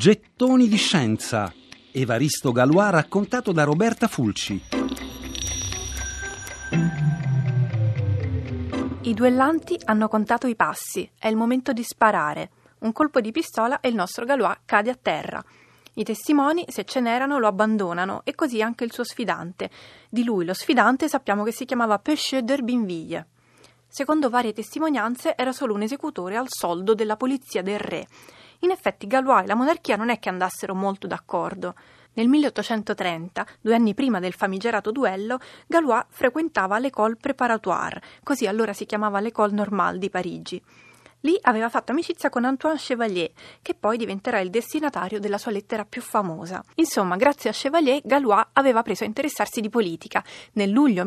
Gettoni di scienza. Evaristo Galois raccontato da Roberta Fulci. I duellanti hanno contato i passi, è il momento di sparare. Un colpo di pistola e il nostro Galois cade a terra. I testimoni, se ce n'erano, lo abbandonano e così anche il suo sfidante. Di lui, lo sfidante, sappiamo che si chiamava Pêcheur d'Herbinville. Secondo varie testimonianze era solo un esecutore al soldo della polizia del re. In effetti Galois e la monarchia non è che andassero molto d'accordo. Nel 1830, 2 anni prima del famigerato duello, Galois frequentava l'École préparatoire, così allora si chiamava l'École normale di Parigi. Lì aveva fatto amicizia con Antoine Chevalier, che poi diventerà il destinatario della sua lettera più famosa. Insomma, grazie a Chevalier, Galois aveva preso a interessarsi di politica. Nel luglio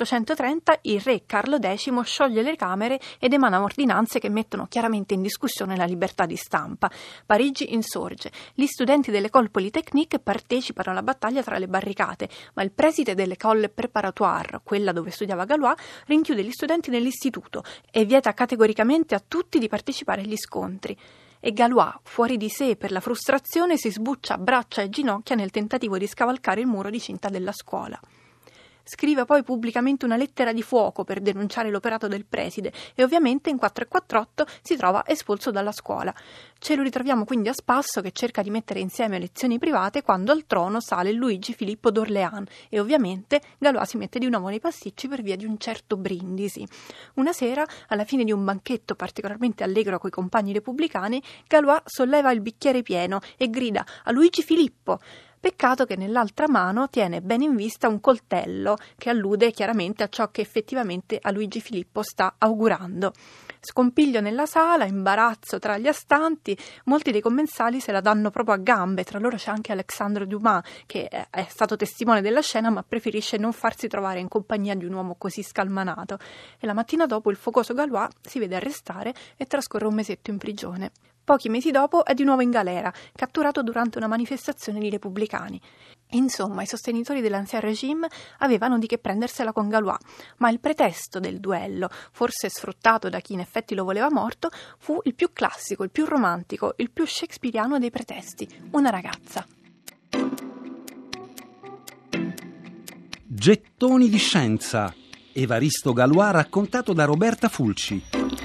1830 il re Carlo X scioglie le Camere ed emana ordinanze che mettono chiaramente in discussione la libertà di stampa. Parigi insorge. Gli studenti dell'École Polytechnique partecipano alla battaglia tra le barricate, ma il preside dell'École préparatoire, quella dove studiava Galois, rinchiude gli studenti nell'istituto e vieta categoricamente a tutti di partecipare agli scontri. E Galois, fuori di sé per la frustrazione, si sbuccia braccia e ginocchia nel tentativo di scavalcare il muro di cinta della scuola. Scrive poi pubblicamente una lettera di fuoco per denunciare l'operato del preside e ovviamente in 448 si trova espulso dalla scuola. Ce lo ritroviamo quindi a spasso che cerca di mettere insieme lezioni private quando al trono sale Luigi Filippo d'Orléans e ovviamente Galois si mette di nuovo nei pasticci per via di un certo Brindisi. Una sera, alla fine di un banchetto particolarmente allegro coi compagni repubblicani, Galois solleva il bicchiere pieno e grida a Luigi Filippo. Peccato che nell'altra mano tiene ben in vista un coltello che allude chiaramente a ciò che effettivamente a Luigi Filippo sta augurando. Scompiglio nella sala, imbarazzo tra gli astanti, molti dei commensali se la danno proprio a gambe, tra loro c'è anche Alexandre Dumas che è stato testimone della scena ma preferisce non farsi trovare in compagnia di un uomo così scalmanato e la mattina dopo il focoso Galois si vede arrestare e trascorre un mesetto in prigione. Pochi mesi dopo è di nuovo in galera, catturato durante una manifestazione di repubblicani. Insomma, i sostenitori dell'Ancien Régime avevano di che prendersela con Galois, ma il pretesto del duello, forse sfruttato da chi in effetti lo voleva morto, fu il più classico, il più romantico, il più shakespeariano dei pretesti, una ragazza. Gettoni di scienza. Evaristo Galois raccontato da Roberta Fulci.